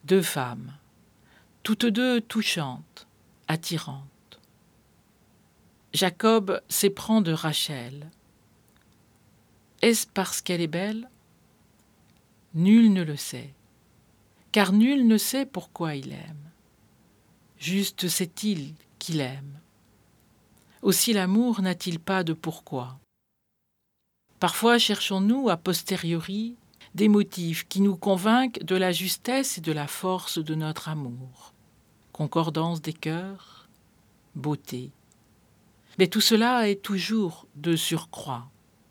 Deux femmes, toutes deux touchantes, attirantes. Jacob s'éprend de Rachel. Est-ce parce qu'elle est belle ? Nul ne le sait, car nul ne sait pourquoi il aime. Juste sait-il qu'il aime. Aussi l'amour n'a-t-il pas de pourquoi. Parfois cherchons-nous a posteriori des motifs qui nous convainquent de la justesse et de la force de notre amour. Concordance des cœurs, beauté. Mais tout cela est toujours de surcroît.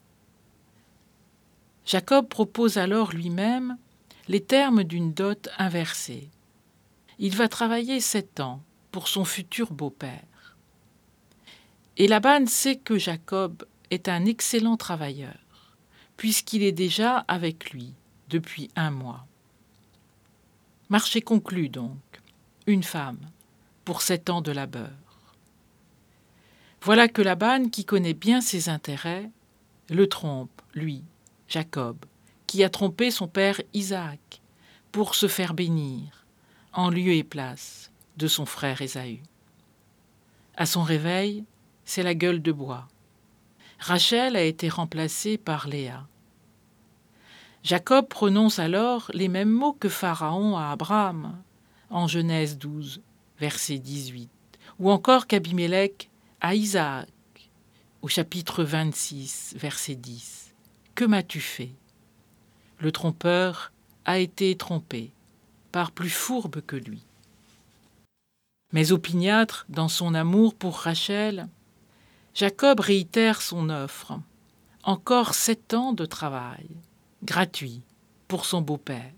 Jacob propose alors lui-même les termes d'une dot inversée. Il va travailler 7 ans pour son futur beau-père. Et Laban sait que Jacob est un excellent travailleur, puisqu'il est déjà avec lui depuis 1 mois. Marché conclu donc, une femme pour 7 ans de labeur. Voilà que Laban, qui connaît bien ses intérêts, le trompe, lui, Jacob, qui a trompé son père Isaac pour se faire bénir, en lieu et place de son frère Ésaü. À son réveil, c'est la gueule de bois. Rachel a été remplacée par Léa. Jacob prononce alors les mêmes mots que Pharaon à Abraham, en Genèse 12, verset 18, ou encore qu'Abimélec à Isaac, au chapitre 26, verset 10. « Que m'as-tu fait ?» Le trompeur a été trompé par plus fourbe que lui. Mais opiniâtre dans son amour pour Rachel, Jacob réitère son offre. Encore 7 ans de travail, gratuit, pour son beau-père.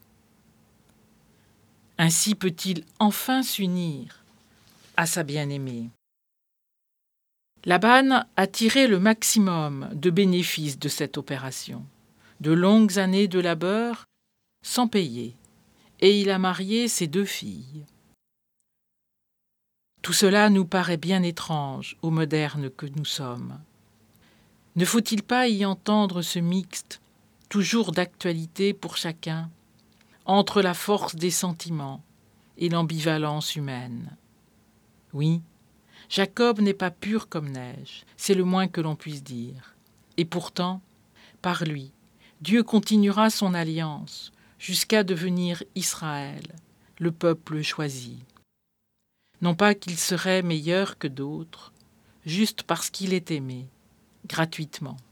Ainsi peut-il enfin s'unir à sa bien-aimée. Laban a tiré le maximum de bénéfices de cette opération. De longues années de labeur sans payer, et il a marié ses 2 filles. Tout cela nous paraît bien étrange aux modernes que nous sommes. Ne faut-il pas y entendre ce mixte, toujours d'actualité pour chacun, entre la force des sentiments et l'ambivalence humaine ? Oui, Jacob n'est pas pur comme neige, c'est le moins que l'on puisse dire. Et pourtant, par lui, Dieu continuera son alliance jusqu'à devenir Israël, le peuple choisi. Non pas qu'il serait meilleur que d'autres, juste parce qu'il est aimé, gratuitement.